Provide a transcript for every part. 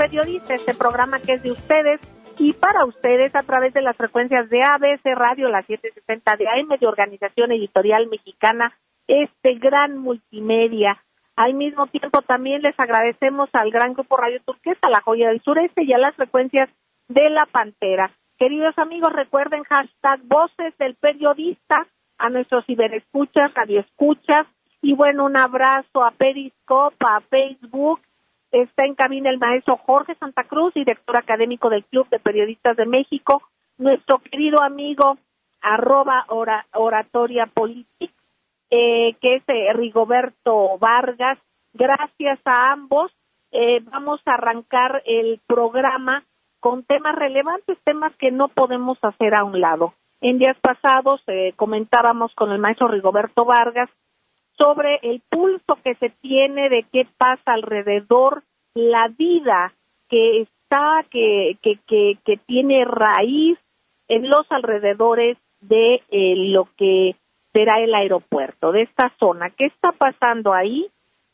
Periodista, este programa que es de ustedes y para ustedes a través de las frecuencias de ABC Radio, la 760 de AM, de Organización Editorial Mexicana, este gran multimedia. Al mismo tiempo también les agradecemos al gran grupo Radio Turquesa, La Joya del Sureste, y a las frecuencias de La Pantera. Queridos amigos, recuerden hashtag Voces del Periodista, a nuestros ciberescuchas, radioescuchas, y bueno, un abrazo a Periscope, a Facebook. Está en cabina el maestro Jorge Santa Cruz, director académico del Club de Periodistas de México, nuestro querido amigo @oratoria Politic, que es Rigoberto Vargas. Gracias a ambos. Vamos a arrancar el programa con temas relevantes, temas que no podemos hacer a un lado. En días pasados comentábamos con el maestro Rigoberto Vargas sobre el pulso que se tiene de qué pasa alrededor, la vida que está, que tiene raíz en los alrededores de lo que será el aeropuerto, de esta zona. ¿Qué está pasando ahí?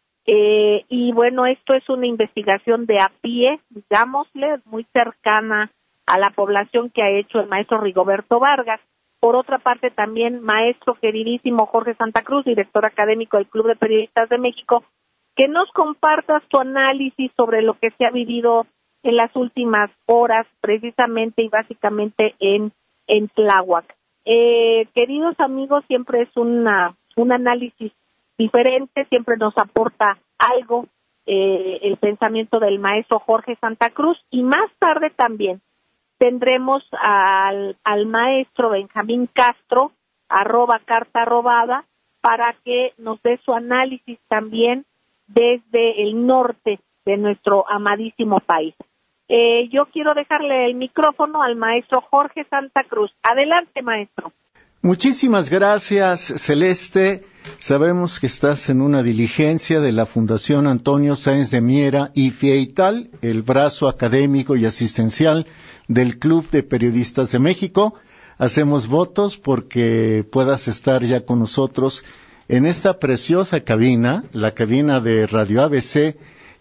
Y bueno, esto es una investigación de a pie, digámosle, muy cercana a la población que ha hecho el maestro Rigoberto Vargas. Por otra parte, también maestro queridísimo Jorge Santa Cruz, director académico del Club de Periodistas de México, que nos compartas tu análisis sobre lo que se ha vivido en las últimas horas, precisamente y básicamente en Tláhuac. Queridos amigos, siempre es un análisis diferente, siempre nos aporta algo el pensamiento del maestro Jorge Santa Cruz, y más tarde también tendremos al maestro Benjamín Castro, @cartarrobada, para que nos dé su análisis también desde el norte de nuestro amadísimo país. Yo quiero dejarle el micrófono al maestro Jorge Santa Cruz. Adelante, maestro. Muchísimas gracias, Celeste. Sabemos que estás en una diligencia de la Fundación Antonio Sáenz de Miera y FIEITAL, el brazo académico y asistencial del Club de Periodistas de México. Hacemos votos porque puedas estar ya con nosotros en esta preciosa cabina, la cabina de Radio ABC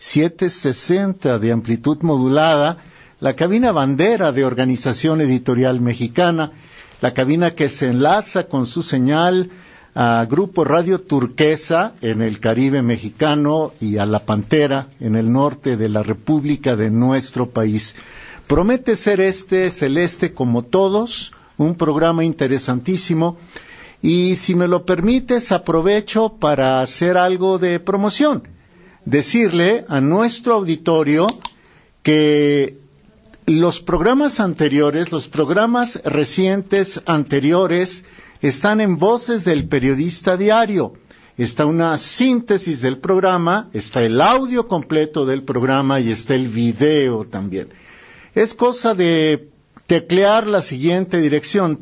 760 de amplitud modulada, la cabina bandera de Organización Editorial Mexicana, la cabina que se enlaza con su señal a Grupo Radio Turquesa en el Caribe mexicano y a La Pantera en el norte de la República de nuestro país. Promete ser Celeste, como todos, un programa interesantísimo, y si me lo permites, aprovecho para hacer algo de promoción. Decirle a nuestro auditorio que los programas anteriores, los programas recientes anteriores, están en Voces del Periodista Diario. Está una síntesis del programa, está el audio completo del programa y está el video también. Es cosa de teclear la siguiente dirección: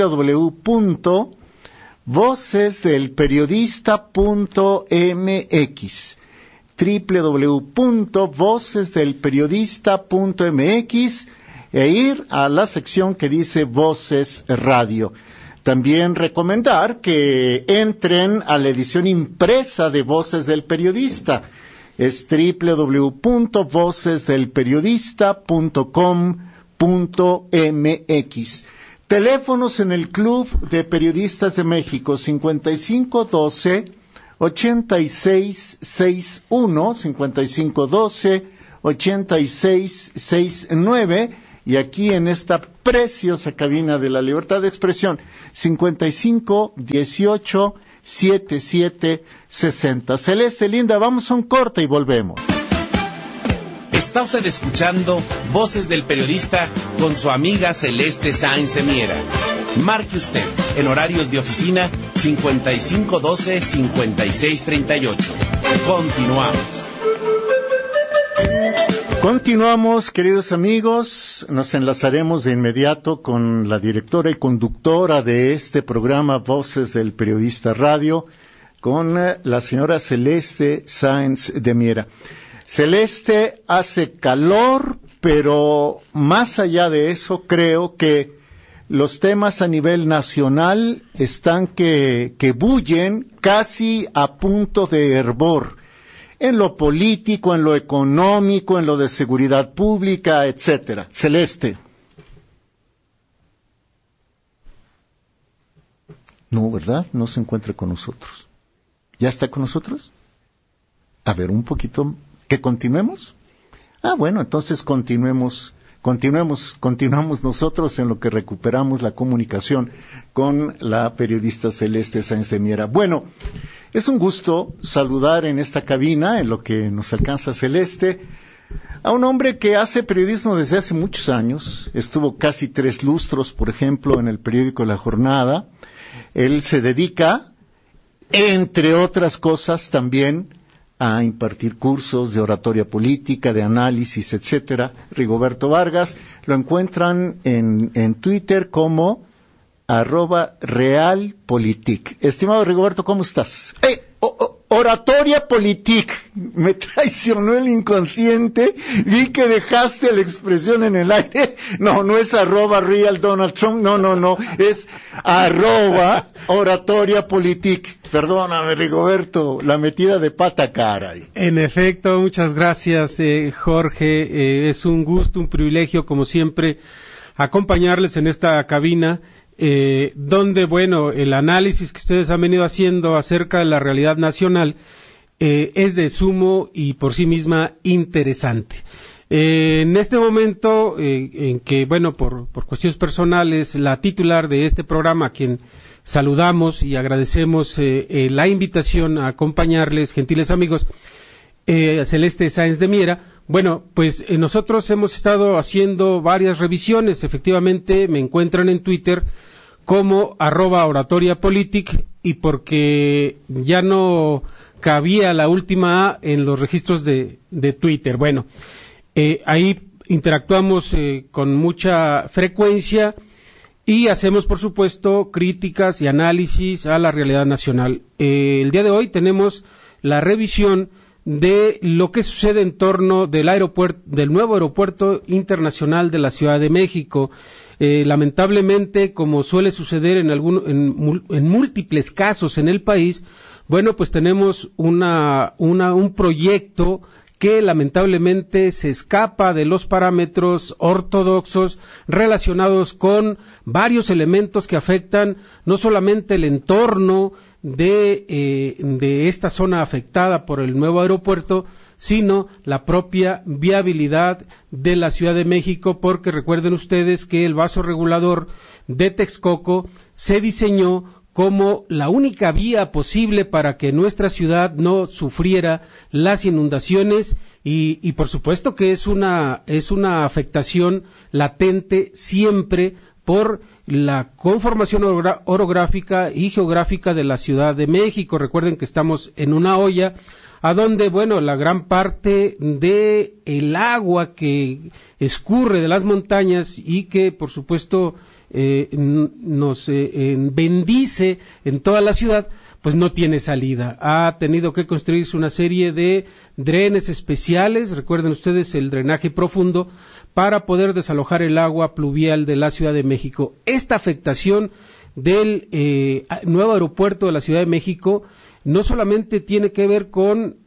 www.vocesdelperiodista.mx, www.vocesdelperiodista.mx, e ir a la sección que dice Voces Radio. También recomendar que entren a la edición impresa de Voces del Periodista. Es www.vocesdelperiodista.com.mx. Teléfonos en el Club de Periodistas de México: 5512-8661, 5512-8669, y aquí en esta preciosa cabina de la libertad de expresión, 5518-7760. Celeste, linda, vamos a un corte y volvemos. Está usted escuchando Voces del Periodista con su amiga Celeste Sáenz de Miera. Marque usted en horarios de oficina 5512-5638. Continuamos, queridos amigos. Nos enlazaremos de inmediato con la directora y conductora de este programa Voces del Periodista Radio, con la señora Celeste Sáenz de Miera. Celeste, hace calor, pero más allá de eso, creo que los temas a nivel nacional están que bullen casi a punto de hervor. en lo político, en lo económico, en lo de seguridad pública, etcétera. Celeste. No, ¿verdad? No se encuentra con nosotros. ¿Ya está con nosotros? A ver, un poquito, ¿que continuemos? Bueno, entonces continuemos nosotros en lo que recuperamos la comunicación con la periodista Celeste Sáenz de Miera. Bueno, es un gusto saludar en esta cabina, en lo que nos alcanza Celeste, a un hombre que hace periodismo desde hace muchos años. Estuvo casi 3 lustros, por ejemplo, en el periódico La Jornada. Él se dedica, entre otras cosas, también a impartir cursos de oratoria política, de análisis, etcétera. Rigoberto Vargas, lo encuentran en Twitter como @realpolitik. Estimado Rigoberto, ¿cómo estás? Oratoria politique, me traicionó el inconsciente, vi que dejaste la expresión en el aire. No es @real Donald Trump, no, es @oratoria politique. Perdóname, Rigoberto, la metida de pata, caray. En efecto, muchas gracias, Jorge. Es un gusto, un privilegio, como siempre, acompañarles en esta cabina, donde, bueno, el análisis que ustedes han venido haciendo acerca de la realidad nacional es de sumo y por sí misma interesante. En este momento, en que, bueno, por cuestiones personales, la titular de este programa, a quien saludamos y agradecemos la invitación a acompañarles, gentiles amigos, Celeste Sáenz de Miera. Bueno, pues nosotros hemos estado haciendo varias revisiones. Efectivamente, me encuentran en Twitter como @oratoriapolitik, y porque ya no cabía la última A en los registros de Twitter. Bueno, ahí interactuamos con mucha frecuencia y hacemos, por supuesto, críticas y análisis a la realidad nacional. El día de hoy tenemos la revisión de lo que sucede en torno del nuevo aeropuerto internacional de la Ciudad de México. Lamentablemente, como suele suceder en múltiples casos en el país, bueno, pues tenemos un proyecto que lamentablemente se escapa de los parámetros ortodoxos relacionados con varios elementos que afectan no solamente el entorno de esta zona afectada por el nuevo aeropuerto, sino la propia viabilidad de la Ciudad de México, porque recuerden ustedes que el vaso regulador de Texcoco se diseñó como la única vía posible para que nuestra ciudad no sufriera las inundaciones y por supuesto que es una afectación latente siempre por la conformación orográfica y geográfica de la Ciudad de México. Recuerden que estamos en una olla a donde, bueno, la gran parte de el agua que escurre de las montañas y que, por supuesto, nos bendice en toda la ciudad, pues no tiene salida. Ha tenido que construirse una serie de drenes especiales, recuerden ustedes el drenaje profundo, para poder desalojar el agua pluvial de la Ciudad de México. Esta afectación del nuevo aeropuerto de la Ciudad de México no solamente tiene que ver con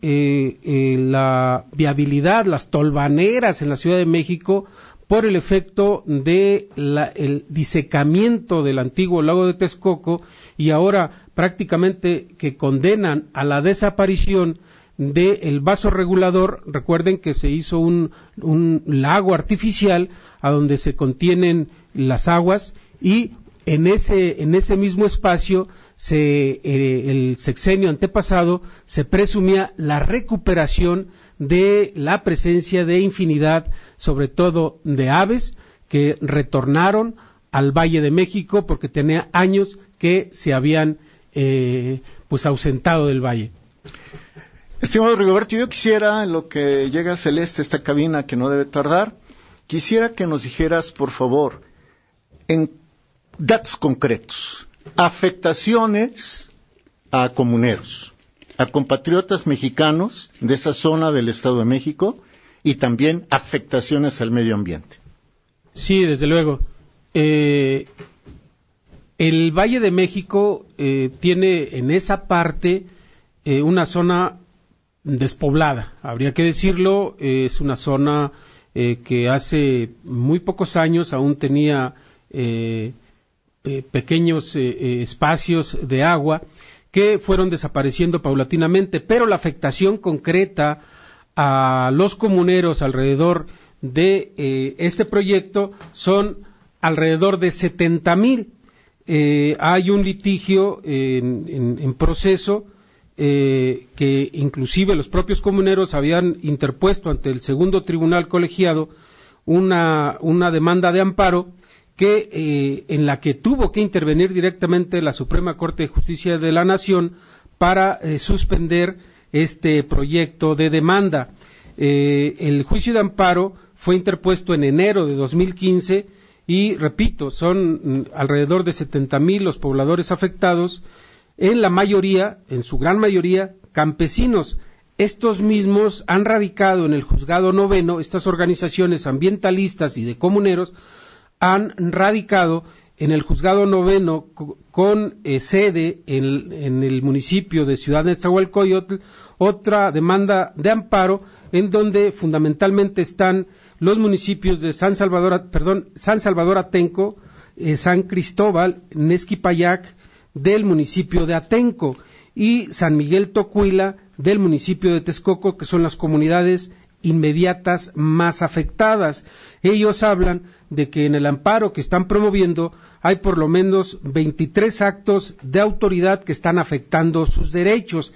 la viabilidad, las tolvaneras en la Ciudad de México, por el efecto de el disecamiento del antiguo lago de Texcoco, y ahora prácticamente que condenan a la desaparición del vaso regulador. Recuerden que se hizo un lago artificial a donde se contienen las aguas, y en ese mismo espacio el sexenio antepasado se presumía la recuperación de la presencia de infinidad, sobre todo de aves, que retornaron al Valle de México porque tenía años que se habían pues ausentado del valle. Estimado Rigoberto, yo quisiera, en lo que llega Celeste a esta cabina, que no debe tardar, quisiera que nos dijeras, por favor, en datos concretos, afectaciones a comuneros, a compatriotas mexicanos de esa zona del Estado de México, y también afectaciones al medio ambiente. Sí, desde luego. El Valle de México tiene en esa parte una zona despoblada, habría que decirlo. Es una zona que hace muy pocos años aún tenía pequeños espacios de agua que fueron desapareciendo paulatinamente, pero la afectación concreta a los comuneros alrededor de este proyecto son alrededor de 70,000. Hay un litigio en proceso que inclusive los propios comuneros habían interpuesto ante el segundo tribunal colegiado una demanda de amparo que en la que tuvo que intervenir directamente la Suprema Corte de Justicia de la Nación para suspender este proyecto de demanda. El juicio de amparo fue interpuesto en enero de 2015 y, repito, son alrededor de 70,000 los pobladores afectados, en la mayoría, en su gran mayoría, campesinos. Estos mismos han radicado en el Juzgado Noveno, estas organizaciones ambientalistas y de comuneros han radicado en el Juzgado Noveno con sede en el municipio de Ciudad Nezahualcóyotl otra demanda de amparo en donde fundamentalmente están los municipios de San Salvador Atenco, San Cristóbal, Nezquipayac del municipio de Atenco y San Miguel Tocuila del municipio de Texcoco, que son las comunidades inmediatas más afectadas. Ellos hablan de que en el amparo que están promoviendo hay por lo menos 23 actos de autoridad que están afectando sus derechos,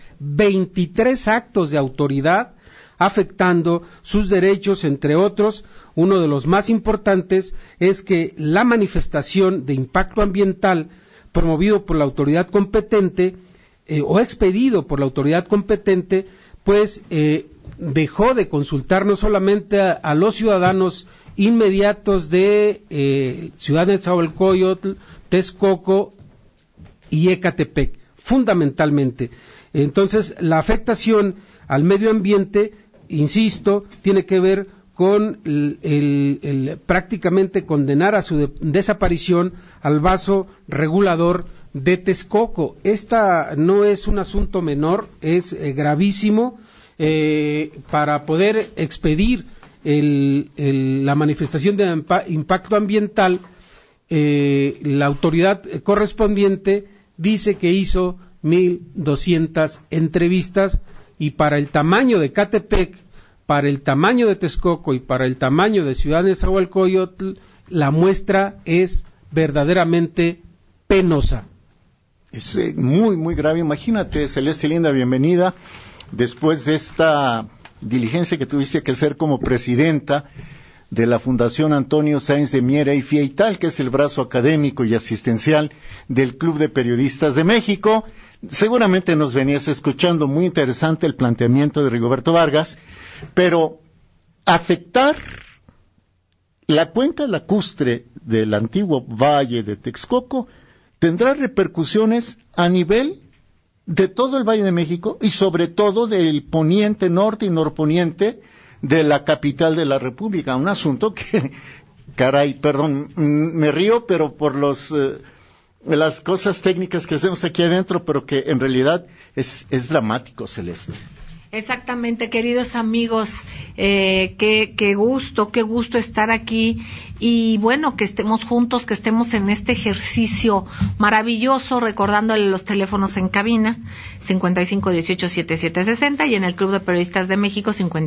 23 actos de autoridad afectando sus derechos, entre otros. Uno de los más importantes es que la manifestación de impacto ambiental promovido por la autoridad competente o expedido por la autoridad competente, pues dejó de consultar no solamente a los ciudadanos inmediatos de Ciudad Nezahualcóyotl, Texcoco y Ecatepec, fundamentalmente. Entonces, la afectación al medio ambiente, insisto, tiene que ver con el prácticamente condenar a su desaparición al vaso regulador de Texcoco. Esta no es un asunto menor, es gravísimo. Para poder expedir la manifestación de impacto ambiental, la autoridad correspondiente dice que hizo 1,200 entrevistas y para el tamaño de Ecatepec, para el tamaño de Texcoco y para el tamaño de Ciudad Nezahualcóyotl, la muestra es verdaderamente penosa. Es muy, muy grave. Imagínate, Celeste Linda, bienvenida. Después de esta diligencia que tuviste que hacer como presidenta de la Fundación Antonio Sáenz de Miera y FIEITAL, que es el brazo académico y asistencial del Club de Periodistas de México, seguramente nos venías escuchando, muy interesante el planteamiento de Rigoberto Vargas, pero afectar la cuenca lacustre del antiguo Valle de Texcoco tendrá repercusiones a nivel de todo el Valle de México y sobre todo del poniente, norte y norponiente de la capital de la República. Un asunto que, caray, perdón, me río, pero por las cosas técnicas que hacemos aquí adentro, pero que en realidad es dramático, Celeste. Exactamente, queridos amigos, qué gusto estar aquí y bueno, que estemos juntos, que estemos en este ejercicio maravilloso, recordándole los teléfonos en cabina, 5518-7760 y en el Club de Periodistas de México,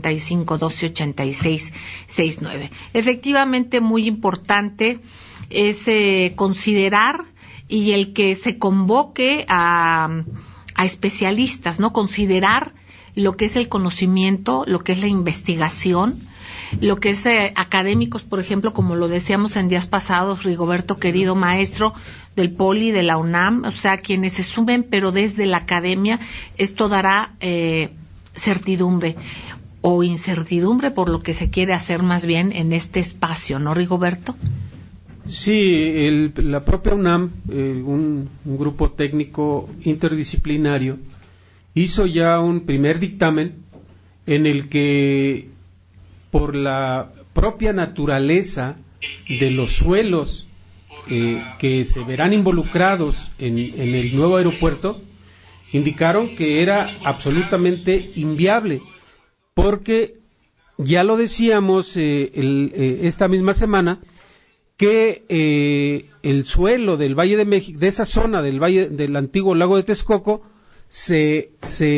5512-8669. Efectivamente, muy importante es considerar y el que se convoque a especialistas, ¿no? Considerar lo que es el conocimiento, lo que es la investigación, lo que es académicos, por ejemplo, como lo decíamos en días pasados, Rigoberto, querido maestro del Poli, de la UNAM, o sea, quienes se sumen, pero desde la academia, esto dará certidumbre o incertidumbre por lo que se quiere hacer más bien en este espacio, ¿no, Rigoberto? Sí, la propia UNAM, un grupo técnico interdisciplinario, hizo ya un primer dictamen en el que, por la propia naturaleza de los suelos que se verán involucrados en el nuevo aeropuerto, indicaron que era absolutamente inviable, porque ya lo decíamos esta misma semana, que el suelo del Valle de México, de esa zona del valle del antiguo lago de Texcoco, se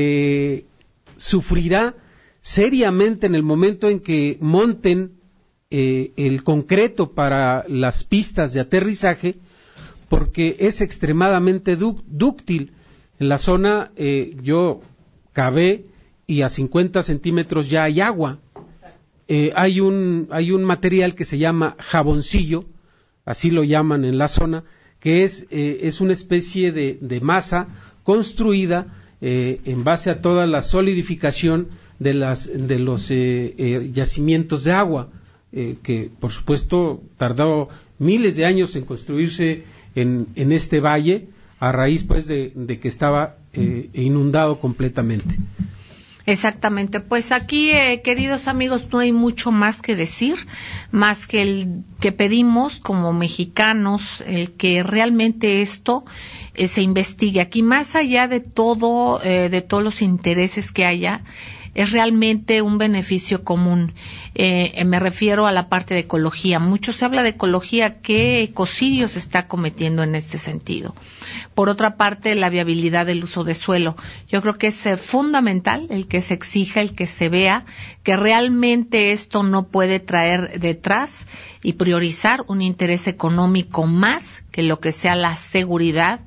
sufrirá seriamente en el momento en que monten el concreto para las pistas de aterrizaje, porque es extremadamente dúctil. En la zona yo cavé y a 50 centímetros ya hay agua. Hay un material que se llama jaboncillo, así lo llaman en la zona, que es una especie de masa construida en base a toda la solidificación de los yacimientos de agua, que por supuesto tardó miles de años en construirse en este valle, a raíz pues de que estaba inundado completamente. Exactamente, pues aquí, queridos amigos, no hay mucho más que decir, más que el que pedimos como mexicanos, el que realmente esto se investigue. Aquí, más allá de todos los intereses que haya, es realmente un beneficio común. Me refiero a la parte de ecología. Mucho se habla de ecología, ¿qué ecocidio se está cometiendo en este sentido? Por otra parte, la viabilidad del uso de suelo. Yo creo que es fundamental el que se exija, el que se vea que realmente esto no puede traer detrás y priorizar un interés económico más que lo que sea la seguridad,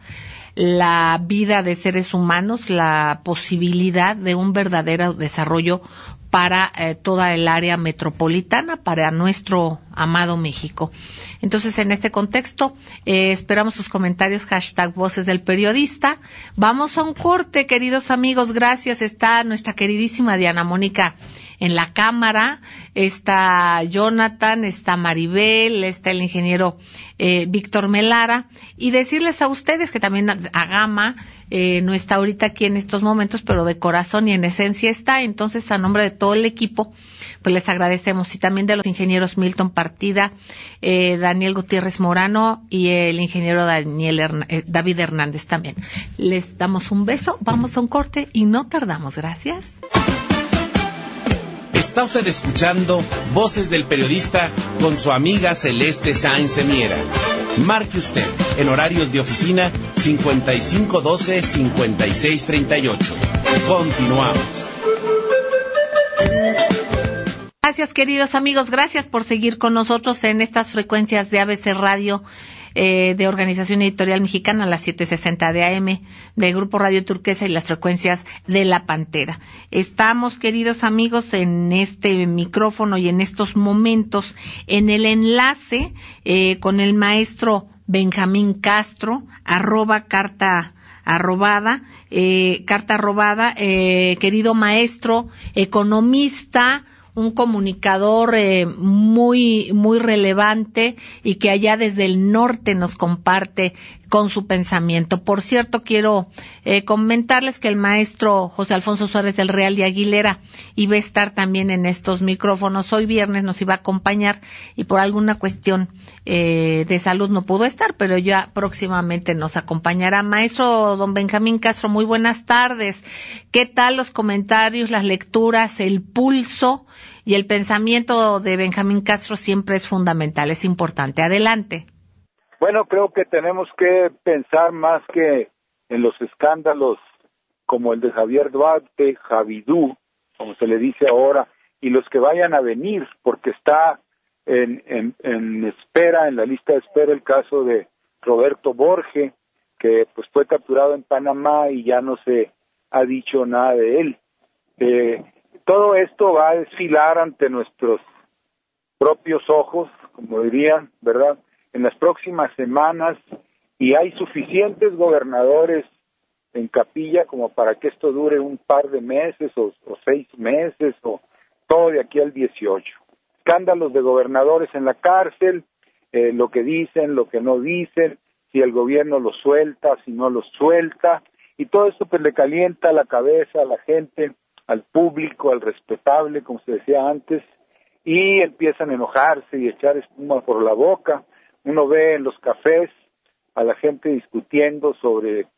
la vida de seres humanos, la posibilidad de un verdadero desarrollo para toda el área metropolitana, para nuestro amado México. Entonces, en este contexto, esperamos sus comentarios, #Voces del Periodista. Vamos a un corte, queridos amigos, gracias. Está nuestra queridísima Diana Mónica en la cámara, está Jonathan, está Maribel, está el ingeniero Víctor Melara, y decirles a ustedes que también a Gama no está ahorita aquí en estos momentos, pero de corazón y en esencia está. Entonces, a nombre de todo el equipo, pues les agradecemos, y también de los ingenieros Milton Partida, Daniel Gutiérrez Morano y el ingeniero David Hernández también. Les damos un beso, vamos a un corte y no tardamos. Gracias. Está usted escuchando Voces del Periodista con su amiga Celeste Sáenz de Miera. Marque usted en horarios de oficina 5512-5638. Continuamos. Gracias, queridos amigos, gracias por seguir con nosotros en estas frecuencias de ABC Radio, de Organización Editorial Mexicana, las 760 de AM, de Grupo Radio Turquesa, y las frecuencias de La Pantera. Estamos, queridos amigos, en este micrófono y en estos momentos en el enlace con el maestro Benjamín Castro, carta arrobada, querido maestro, economista, un comunicador muy relevante, y que allá desde el norte nos comparte con su pensamiento. Por cierto, quiero comentarles que el maestro José Alfonso Suárez del Real de Aguilera iba a estar también en estos micrófonos. Hoy viernes nos iba a acompañar y por alguna cuestión de salud no pudo estar, pero ya próximamente nos acompañará. Maestro don Benjamín Castro, muy buenas tardes. ¿Qué tal los comentarios, las lecturas, el pulso y el pensamiento de Benjamín Castro? Siempre es fundamental, es importante. Adelante. Bueno, creo que tenemos que pensar más que en los escándalos como el de Javier Duarte, Javidú, como se le dice ahora, y los que vayan a venir, porque está en espera, en la lista de espera, el caso de Roberto Borge, que pues fue capturado en Panamá y ya no se ha dicho nada de él. Todo esto va a desfilar ante nuestros propios ojos, como dirían, ¿verdad?, en las próximas semanas, y hay suficientes gobernadores en capilla como para que esto dure un par de meses o 6 meses o todo de aquí al 18. Escándalos de gobernadores en la cárcel, lo que dicen, lo que no dicen, si el gobierno los suelta, si no los suelta, y todo esto pues le calienta la cabeza a la gente, al público, al respetable, como se decía antes, y empiezan a enojarse y echar espuma por la boca. Uno ve en los cafés a la gente discutiendo sobre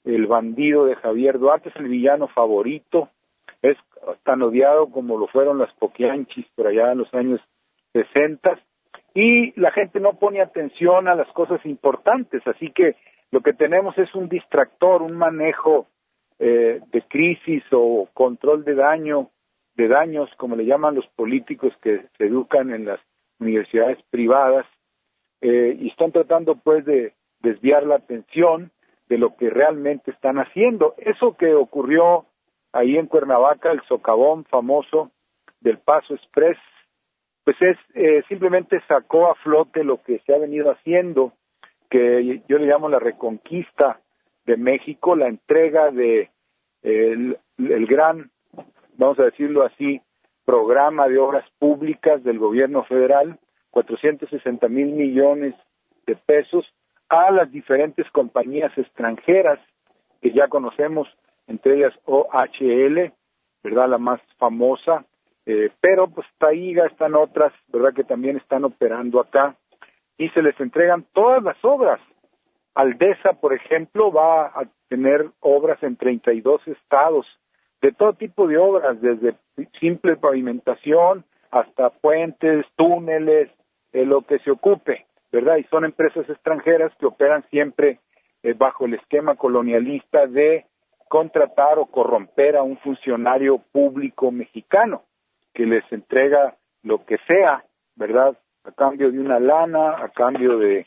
el bandido de Javier Duarte, es el villano favorito, es tan odiado como lo fueron las Poquianchis por allá en los años 60, y la gente no pone atención a las cosas importantes, así que lo que tenemos es un distractor, un manejo de crisis o control de daños, como le llaman los políticos que se educan en las universidades privadas, y están tratando pues de desviar la atención de lo que realmente están haciendo. Eso que ocurrió ahí en Cuernavaca, el socavón famoso del Paso Express, pues simplemente sacó a flote lo que se ha venido haciendo, que yo le llamo la reconquista de México, la entrega de el gran, vamos a decirlo así, programa de obras públicas del gobierno federal, 460,000 millones de pesos, a las diferentes compañías extranjeras que ya conocemos, entre ellas OHL, ¿verdad?, la más famosa, pero pues Taiga, están otras, ¿verdad?, que también están operando acá, y se les entregan todas las obras. Aldesa, por ejemplo, va a tener obras en 32 estados, de todo tipo de obras, desde simple pavimentación hasta puentes, túneles, lo que se ocupe, ¿verdad? Y son empresas extranjeras que operan siempre bajo el esquema colonialista de contratar o corromper a un funcionario público mexicano, que les entrega lo que sea, ¿verdad?, a cambio de una lana, a cambio de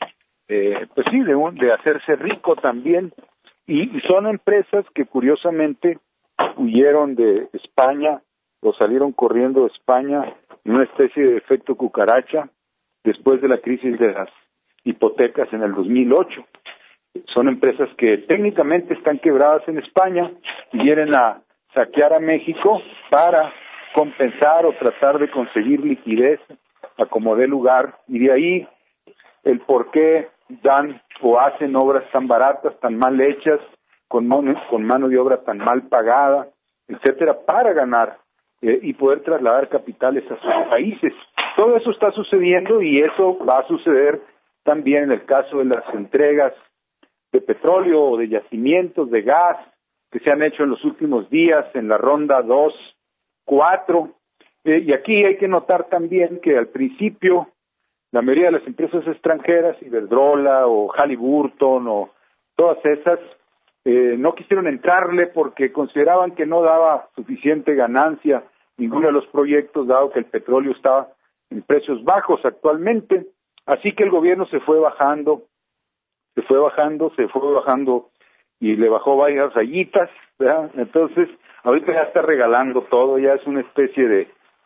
hacerse rico también, y son empresas que curiosamente huyeron de España o salieron corriendo de España en una especie de efecto cucaracha después de la crisis de las hipotecas en el 2008. Son empresas que técnicamente están quebradas en España y vienen a saquear a México para compensar o tratar de conseguir liquidez a como dé lugar, y de ahí el por qué dan o hacen obras tan baratas, tan mal hechas, con mano de obra tan mal pagada, etcétera, para ganar y poder trasladar capitales a sus países. Todo eso está sucediendo, y eso va a suceder también en el caso de las entregas de petróleo o de yacimientos de gas que se han hecho en los últimos días en la ronda 2, 4, y aquí hay que notar también que al principio la mayoría de las empresas extranjeras, Iberdrola o Halliburton o todas esas, no quisieron entrarle porque consideraban que no daba suficiente ganancia ninguno de los proyectos, dado que el petróleo estaba en precios bajos actualmente, así que el gobierno se fue bajando y le bajó varias rayitas, ¿verdad? Entonces, ahorita ya está regalando todo, ya es una especie de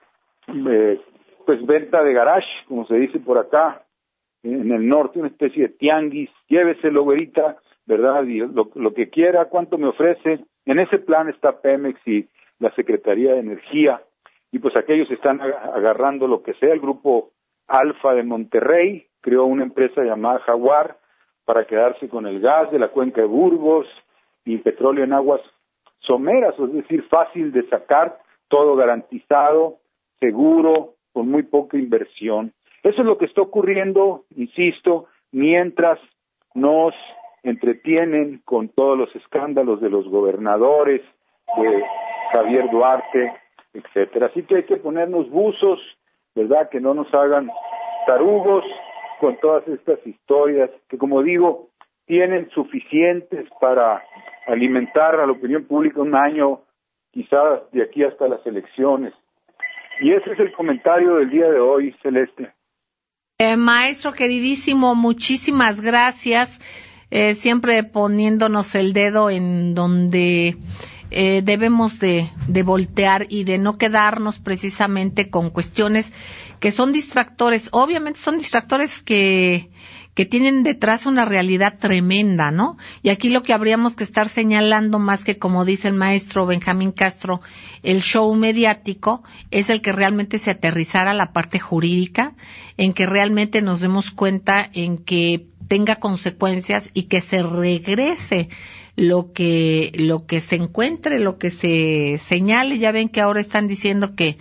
venta de garage, como se dice por acá, en el norte, una especie de tianguis, lléveselo, güerita, ¿verdad? Y lo que quiera, cuánto me ofrece. En ese plan está Pemex y la Secretaría de Energía, y pues aquellos están agarrando lo que sea. El grupo Alfa de Monterrey creó una empresa llamada Jaguar para quedarse con el gas de la cuenca de Burgos y petróleo en aguas someras, es decir, fácil de sacar, todo garantizado, seguro, con muy poca inversión. Eso es lo que está ocurriendo, insisto, mientras nos entretienen con todos los escándalos de los gobernadores, de Javier Duarte, etcétera. Así que hay que ponernos buzos, ¿verdad?, que no nos hagan tarugos con todas estas historias que, como digo, tienen suficientes para alimentar a la opinión pública un año, quizás de aquí hasta las elecciones. Y ese es el comentario del día de hoy, Celeste. Maestro queridísimo, muchísimas gracias, siempre poniéndonos el dedo en donde debemos de voltear y de no quedarnos precisamente con cuestiones que son distractores. Obviamente son distractores que tienen detrás una realidad tremenda, ¿no? Y aquí lo que habríamos que estar señalando, más que como dice el maestro Benjamín Castro, el show mediático, es el que realmente se aterrizara la parte jurídica, en que realmente nos demos cuenta, en que tenga consecuencias y que se regrese lo que se encuentre, lo que se señale. Ya ven que ahora están diciendo que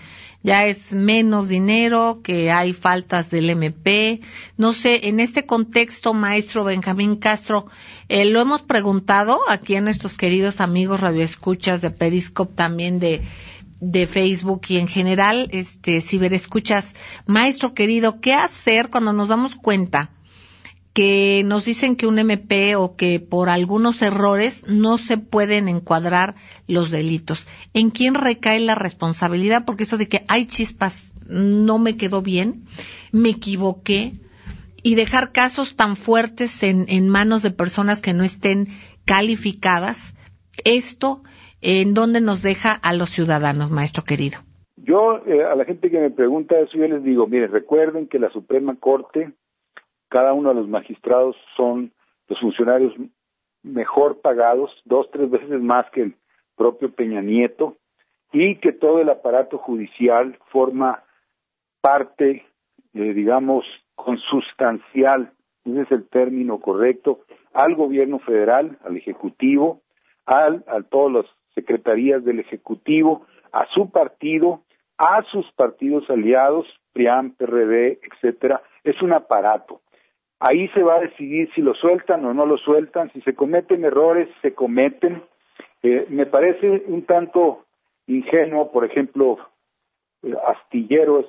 ya es menos dinero, que hay faltas del MP. No sé, en este contexto, maestro Benjamín Castro, lo hemos preguntado aquí a nuestros queridos amigos radioescuchas de Periscope, también de Facebook y en general, ciberescuchas. Maestro querido, ¿qué hacer cuando nos damos cuenta que nos dicen que un MP o que por algunos errores no se pueden encuadrar los delitos? ¿En quién recae la responsabilidad? Porque eso de que hay chispas, no me quedó bien, me equivoqué, y dejar casos tan fuertes en manos de personas que no estén calificadas, esto, ¿en dónde nos deja a los ciudadanos, maestro querido? Yo, a la gente que me pregunta eso, yo les digo, miren, recuerden que la Suprema Corte, cada uno de los magistrados son los funcionarios mejor pagados, 2-3 veces más que el propio Peña Nieto, y que todo el aparato judicial forma parte, digamos, consustancial, ese es el término correcto, al gobierno federal, al Ejecutivo, a todas las secretarías del Ejecutivo, a su partido, a sus partidos aliados, PRIAN, PRD, etcétera. Es un aparato. Ahí se va a decidir si lo sueltan o no lo sueltan, si se cometen errores, se cometen. Me parece un tanto ingenuo, por ejemplo, Astillero,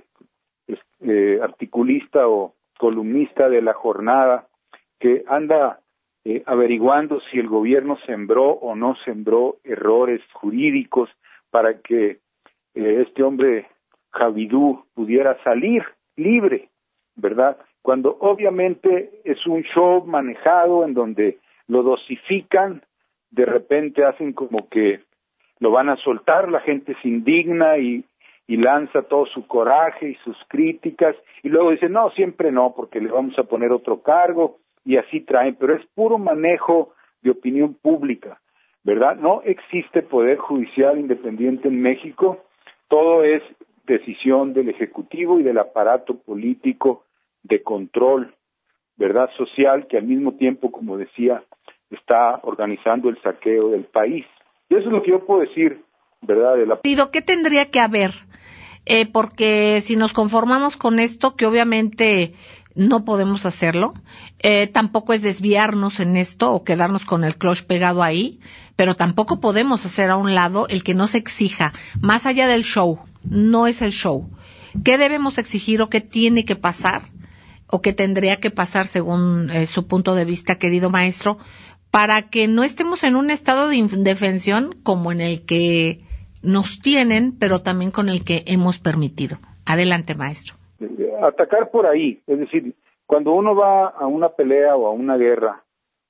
articulista o columnista de La Jornada, que anda averiguando si el gobierno sembró o no sembró errores jurídicos para que este hombre Javidú pudiera salir libre, ¿verdad? Cuando obviamente es un show manejado en donde lo dosifican, de repente hacen como que lo van a soltar, la gente se indigna y lanza todo su coraje y sus críticas, y luego dicen, no, siempre no, porque le vamos a poner otro cargo, y así traen, pero es puro manejo de opinión pública, ¿verdad? No existe poder judicial independiente en México, todo es decisión del Ejecutivo y del aparato político de control, ¿verdad?, social, que al mismo tiempo, como decía, está organizando el saqueo del país. Y eso es lo que yo puedo decir, ¿verdad? ¿Qué tendría que haber? Porque si nos conformamos con esto, que obviamente no podemos hacerlo, tampoco es desviarnos en esto o quedarnos con el clutch pegado ahí, pero tampoco podemos hacer a un lado el que nos exija, más allá del show, no es el show. ¿Qué debemos exigir o qué tiene que pasar o qué tendría que pasar según su punto de vista, querido maestro, para que no estemos en un estado de indefensión como en el que nos tienen, pero también con el que hemos permitido? Adelante, maestro. Atacar por ahí, es decir, cuando uno va a una pelea o a una guerra,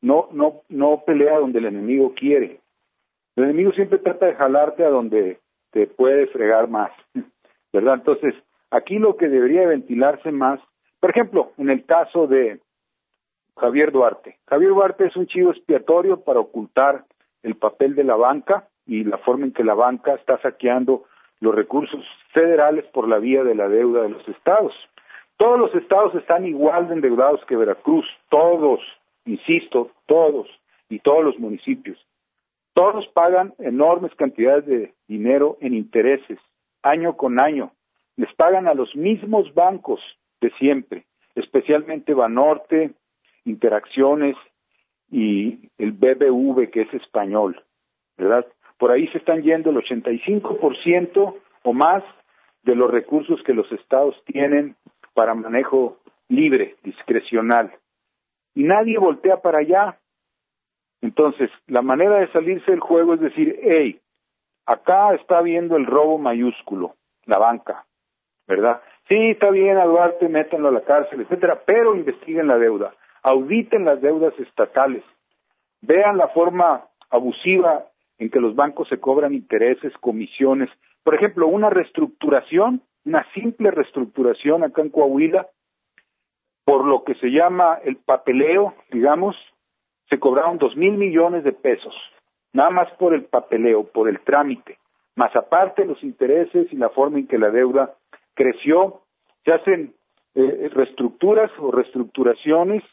no pelea donde el enemigo quiere. El enemigo siempre trata de jalarte a donde te puede fregar más, ¿verdad? Entonces, aquí lo que debería ventilarse más, por ejemplo, en el caso de Javier Duarte. Javier Duarte es un chivo expiatorio para ocultar el papel de la banca y la forma en que la banca está saqueando los recursos federales por la vía de la deuda de los estados. Todos los estados están igual de endeudados que Veracruz, todos, insisto, todos, y todos los municipios. Todos pagan enormes cantidades de dinero en intereses, año con año. Les pagan a los mismos bancos de siempre, especialmente Banorte, Interacciones y el BBV, que es español, ¿verdad? Por ahí se están yendo el 85% o más de los recursos que los estados tienen para manejo libre, discrecional. Y nadie voltea para allá. Entonces, la manera de salirse del juego es decir, hey, acá está habiendo el robo mayúsculo, la banca, ¿verdad? Sí, está bien, a Duarte, métanlo a la cárcel, etcétera, pero investiguen la deuda, auditen las deudas estatales, vean la forma abusiva en que los bancos se cobran intereses, comisiones. Por ejemplo, una reestructuración, una simple reestructuración acá en Coahuila, por lo que se llama el papeleo, digamos, se cobraron 2,000 millones de pesos, nada más por el papeleo, por el trámite, más aparte los intereses y la forma en que la deuda creció. Se hacen reestructuras o reestructuraciones,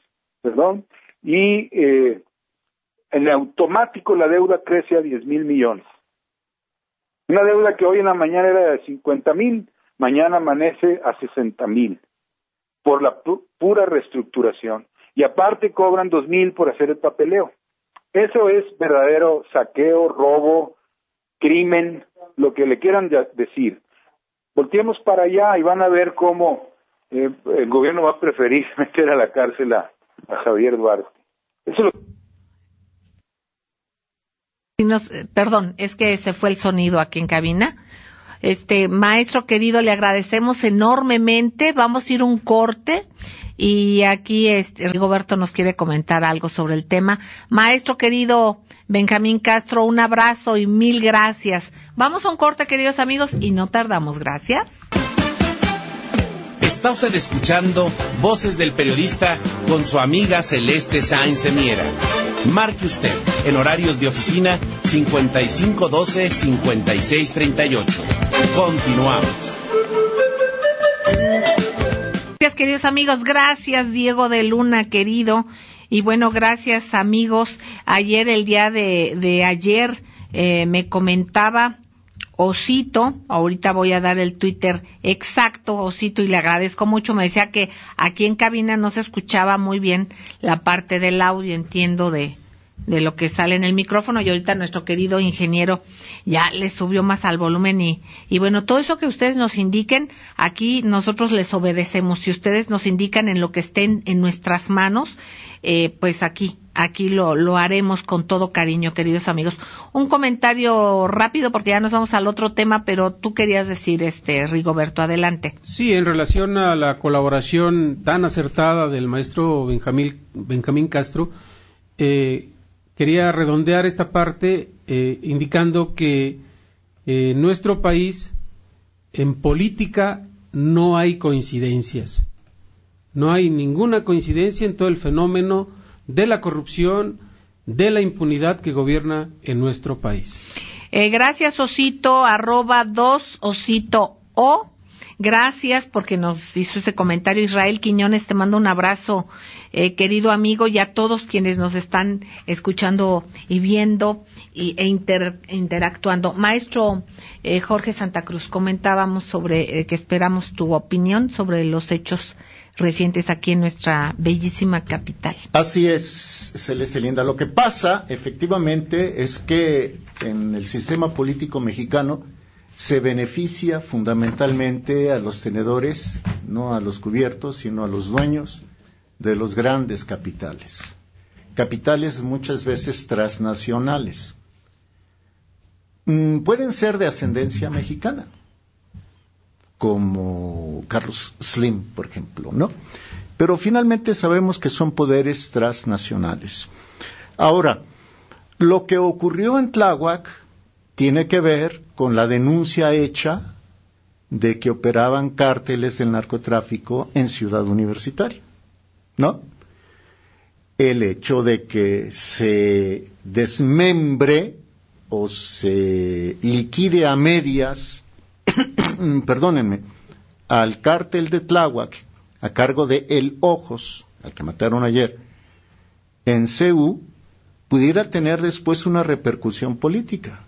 y en automático la deuda crece a 10,000 millones. Una deuda que hoy en la mañana era de 50,000, mañana amanece a 60,000 por la pura reestructuración. Y aparte cobran 2,000 por hacer el papeleo. Eso es verdadero saqueo, robo, crimen, lo que le quieran decir. Volteemos para allá y van a ver cómo el gobierno va a preferir meter a la cárcel a Javier Duarte. Eso es lo... Perdón, es que se fue el sonido aquí en cabina. Maestro querido, le agradecemos enormemente. Vamos a ir un corte y aquí Rigoberto nos quiere comentar algo sobre el tema. Maestro querido Benjamín Castro, un abrazo y mil gracias. Vamos a un corte, queridos amigos, y no tardamos. Gracias. Está usted escuchando Voces del Periodista con su amiga Celeste Sáenz de Miera. Marque usted en horarios de oficina 5512-5638. Continuamos. Gracias, queridos amigos. Gracias, Diego de Luna, querido. Y bueno, gracias, amigos. Ayer, el día de ayer, me comentaba Osito, ahorita voy a dar el Twitter exacto, Osito, y le agradezco mucho. Me decía que aquí en cabina no se escuchaba muy bien la parte del audio, entiendo, de lo que sale en el micrófono, y ahorita nuestro querido ingeniero ya le subió más al volumen y bueno, todo eso que ustedes nos indiquen, aquí nosotros les obedecemos. Si ustedes nos indican en lo que estén en nuestras manos, pues aquí lo haremos con todo cariño, queridos amigos. Un comentario rápido porque ya nos vamos al otro tema, pero tú querías decir, Rigoberto, adelante. Sí, en relación a la colaboración tan acertada del maestro Benjamín Castro, quería redondear esta parte indicando que en nuestro país, en política, no hay coincidencias. No hay ninguna coincidencia en todo el fenómeno de la corrupción, de la impunidad que gobierna en nuestro país. Gracias, Osito, @2OsitoO. Gracias porque nos hizo ese comentario. Israel Quiñones, te mando un abrazo, querido amigo, y a todos quienes nos están escuchando y viendo interactuando. Maestro Jorge Santa Cruz, comentábamos sobre que esperamos tu opinión sobre los hechos recientes aquí en nuestra bellísima capital. Así es, Celeste Linda. Lo que pasa, efectivamente, es que en el sistema político mexicano se beneficia fundamentalmente a los tenedores, no a los cubiertos, sino a los dueños de los grandes capitales. Capitales muchas veces transnacionales. Pueden ser de ascendencia mexicana, como Carlos Slim, por ejemplo, ¿no? Pero finalmente sabemos que son poderes transnacionales. Ahora, lo que ocurrió en Tláhuac tiene que ver con la denuncia hecha de que operaban cárteles del narcotráfico en Ciudad Universitaria, ¿no? El hecho de que se desmembre o se liquide a medias perdónenme, al cártel de Tláhuac, a cargo de El Ojos, al que mataron ayer, en CU, pudiera tener después una repercusión política.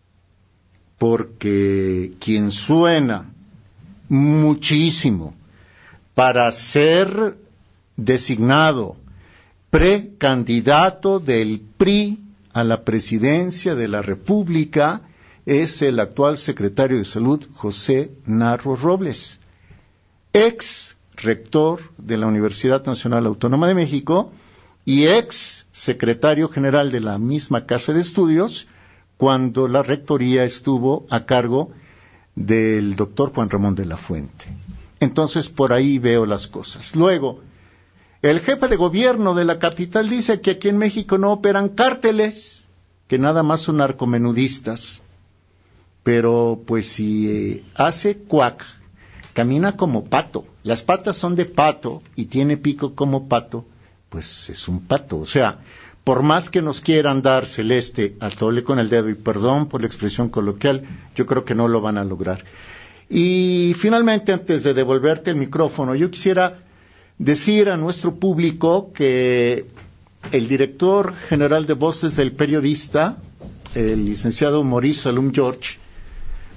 Porque quien suena muchísimo para ser designado precandidato del PRI a la presidencia de la República es el actual secretario de Salud, José Narro Robles, ex rector de la Universidad Nacional Autónoma de México y ex secretario general de la misma Casa de Estudios cuando la rectoría estuvo a cargo del doctor Juan Ramón de la Fuente. Entonces, por ahí veo las cosas. Luego, el jefe de gobierno de la capital dice que aquí en México no operan cárteles, que nada más son narcomenudistas. Pero pues si hace cuac, camina como pato, las patas son de pato y tiene pico como pato, pues es un pato. O sea, por más que nos quieran dar, Celeste, a tole con el dedo, y perdón por la expresión coloquial, yo creo que no lo van a lograr. Y finalmente, antes de devolverte el micrófono, yo quisiera decir a nuestro público que el director general de Voces del Periodista, el licenciado Maurice Salum George,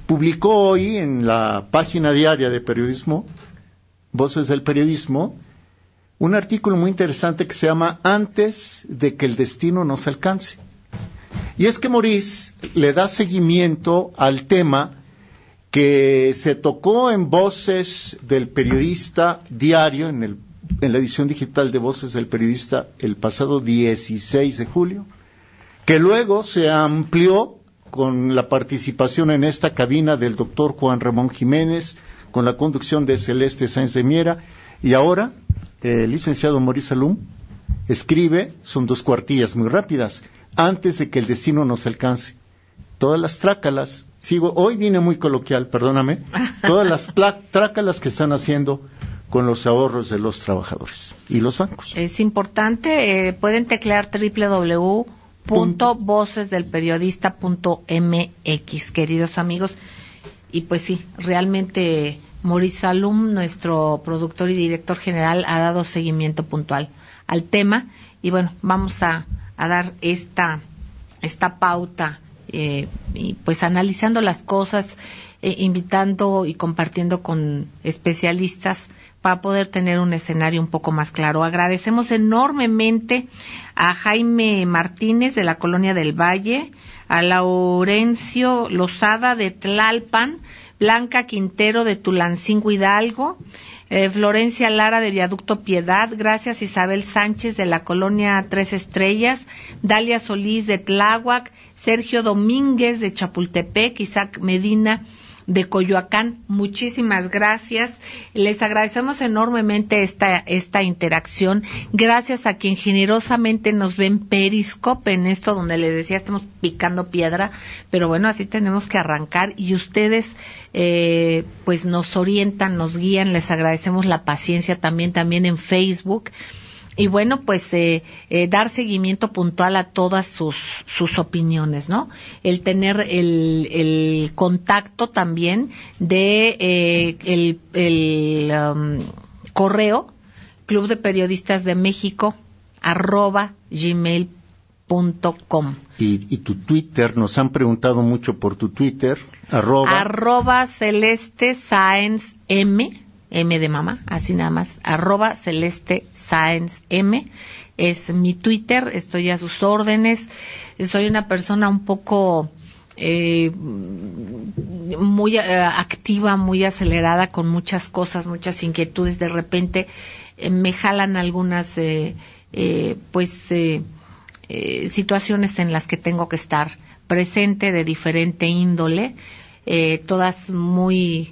publicó hoy en la página diaria de periodismo, Voces del Periodismo, un artículo muy interesante que se llama Antes de que el destino nos alcance. Y es que Maurice le da seguimiento al tema que se tocó en Voces del Periodista diario, en la edición digital de Voces del Periodista el pasado 16 de julio, que luego se amplió con la participación en esta cabina del doctor Juan Ramón Jiménez, con la conducción de Celeste Sáenz de Miera, y ahora el licenciado Maurice Salum escribe, son 2 cuartillas muy rápidas, antes de que el destino nos alcance. Todas las trácalas, hoy vine muy coloquial, perdóname, todas las trácalas que están haciendo con los ahorros de los trabajadores y los bancos. Es importante, pueden teclear www.vocesdelperiodista.mx, queridos amigos, y pues sí, realmente Maurice Salum, nuestro productor y director general, ha dado seguimiento puntual al tema, y bueno, vamos a dar esta pauta, y pues analizando las cosas, invitando y compartiendo con especialistas para poder tener un escenario un poco más claro. Agradecemos enormemente a Jaime Martínez de la Colonia del Valle, a Laurencio Lozada de Tlalpan, Blanca Quintero de Tulancingo Hidalgo, Florencia Lara de Viaducto Piedad, gracias Isabel Sánchez de la Colonia 3 Estrellas, Dalia Solís de Tláhuac, Sergio Domínguez de Chapultepec, Isaac Medina de Coyoacán, muchísimas gracias. Les agradecemos enormemente esta interacción. Gracias a quien generosamente nos ve en Periscope, en esto donde les decía estamos picando piedra, pero bueno, así tenemos que arrancar y ustedes pues nos orientan, nos guían. Les agradecemos la paciencia también en Facebook. Y bueno, pues dar seguimiento puntual a todas sus opiniones, ¿no? El tener el contacto también de el correo Club de Periodistas de México @gmail.com. Y tu Twitter, nos han preguntado mucho por tu Twitter, arroba Celeste Sáenz M de mamá, así nada más, @Celeste Sáenz M, es mi Twitter, estoy a sus órdenes. Soy una persona un poco muy activa, muy acelerada, con muchas cosas, muchas inquietudes. De repente me jalan algunas situaciones en las que tengo que estar presente de diferente índole, todas muy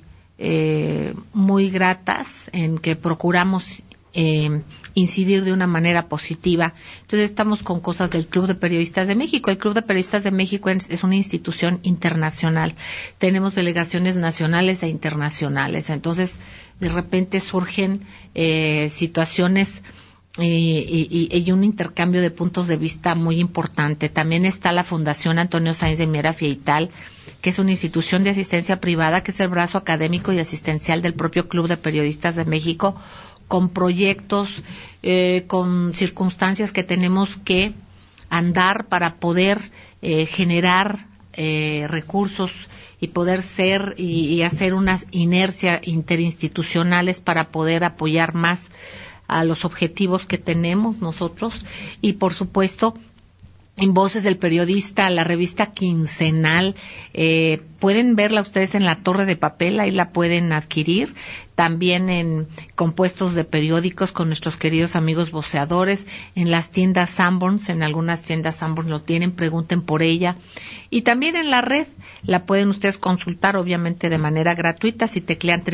gratas, en que procuramos incidir de una manera positiva. Entonces estamos con cosas del Club de Periodistas de México. El Club de Periodistas de México es una institución internacional. Tenemos delegaciones nacionales e internacionales. Entonces de repente surgen situaciones y un intercambio de puntos de vista muy importante. También está la Fundación Antonio Sáenz de Miera Fieital, que es una institución de asistencia privada, que es el brazo académico y asistencial del propio Club de Periodistas de México, con proyectos, con circunstancias que tenemos que andar para poder generar recursos y poder ser y hacer unas inercias interinstitucionales para poder apoyar más a los objetivos que tenemos nosotros. Y por supuesto, en Voces del Periodista, la revista quincenal, pueden verla ustedes en la Torre de Papel, ahí la pueden adquirir, también en compuestos de periódicos con nuestros queridos amigos voceadores, en las tiendas Sanborns, en algunas tiendas Sanborns lo tienen, pregunten por ella, y también en la red la pueden ustedes consultar, obviamente de manera gratuita, si teclean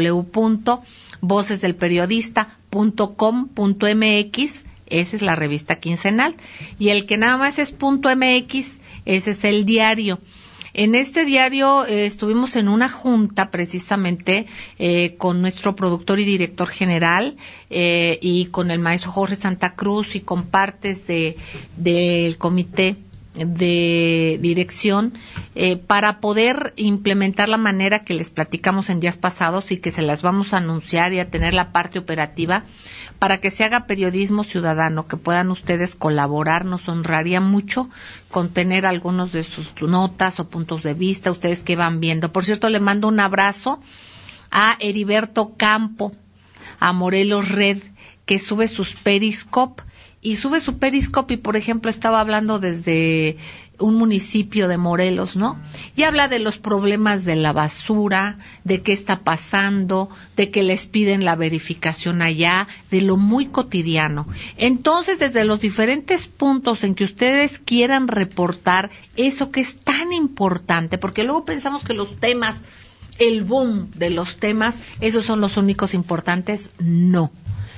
www.vocesdelperiodista.com.mx. Esa es la revista quincenal. Y el que nada más es .mx, ese es el diario. En este diario estuvimos en una junta precisamente con nuestro productor y director general y con el maestro Jorge Santa Cruz y con partes del comité dirección para poder implementar la manera que les platicamos en días pasados y que se las vamos a anunciar y a tener la parte operativa para que se haga periodismo ciudadano, que puedan ustedes colaborar. Nos honraría mucho con tener algunos de sus notas o puntos de vista, ustedes que van viendo. Por cierto, le mando un abrazo a Heriberto Campo, a Morelos Red, que sube sus Periscope, y por ejemplo estaba hablando desde un municipio de Morelos, ¿no? Y habla de los problemas de la basura, de qué está pasando, de que les piden la verificación allá, de lo muy cotidiano. Entonces, desde los diferentes puntos en que ustedes quieran reportar eso que es tan importante, porque luego pensamos que los temas, el boom de los temas, esos son los únicos importantes. No.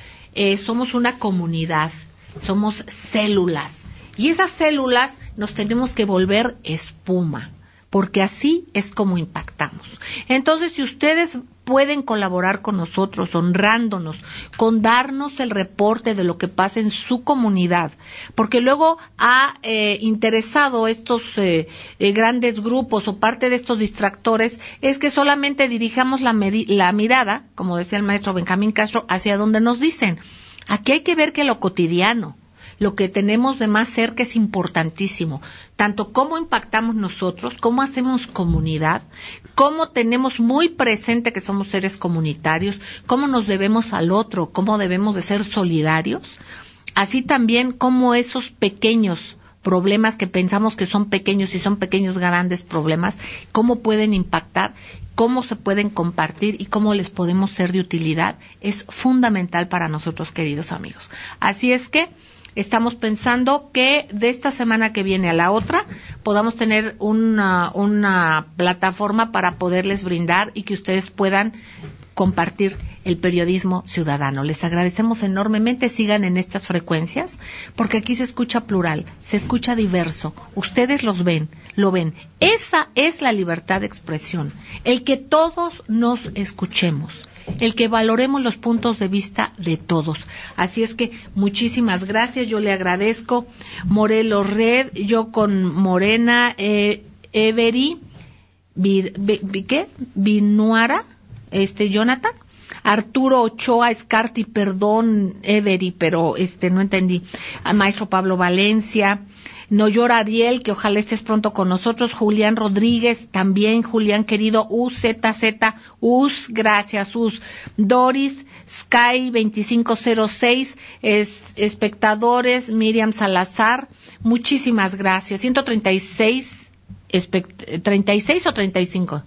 Somos una comunidad, somos células, y esas células nos tenemos que volver espuma, porque así es como impactamos. Entonces, si ustedes pueden colaborar con nosotros, honrándonos, con darnos el reporte de lo que pasa en su comunidad, porque luego ha interesado estos grandes grupos o parte de estos distractores, es que solamente dirijamos la mirada, como decía el maestro Benjamín Castro, hacia donde nos dicen. Aquí hay que ver que lo cotidiano, lo que tenemos de más cerca es importantísimo, tanto cómo impactamos nosotros, cómo hacemos comunidad, cómo tenemos muy presente que somos seres comunitarios, cómo nos debemos al otro, cómo debemos de ser solidarios, así también cómo esos pequeños problemas que pensamos que son pequeños y son pequeños grandes problemas, cómo pueden impactar, cómo se pueden compartir y cómo les podemos ser de utilidad, es fundamental para nosotros, queridos amigos. Así es que estamos pensando que de esta semana que viene a la otra podamos tener una plataforma para poderles brindar y que ustedes puedan compartir el periodismo ciudadano. Les agradecemos enormemente, sigan en estas frecuencias, porque aquí se escucha plural, se escucha diverso, ustedes lo ven. Esa es la libertad de expresión, el que todos nos escuchemos, el que valoremos los puntos de vista de todos. Así es que muchísimas gracias, yo le agradezco. Morelos Red, yo con Morena, Every, Vinuara, Jonathan, Arturo Ochoa, Escarti, perdón, Every, pero no entendí. A maestro Pablo Valencia, Noyor Ariel, que ojalá estés pronto con nosotros, Julián Rodríguez, también Julián querido, US, gracias, Doris, Sky 2506, espectadores, Miriam Salazar, muchísimas gracias. 136, 36 o 35?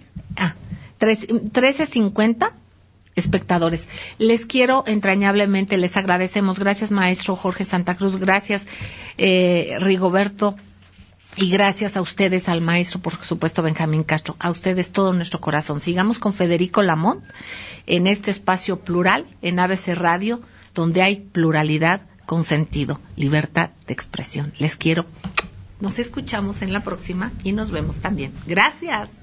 1350 espectadores. Les quiero entrañablemente, les agradecemos. Gracias, maestro Jorge Santa Cruz, gracias, Rigoberto, y gracias a ustedes, al maestro, por supuesto, Benjamín Castro, a ustedes todo nuestro corazón. Sigamos con Federico Lamont en este espacio plural, en ABC Radio, donde hay pluralidad con sentido, libertad de expresión. Les quiero. Nos escuchamos en la próxima y nos vemos también. Gracias.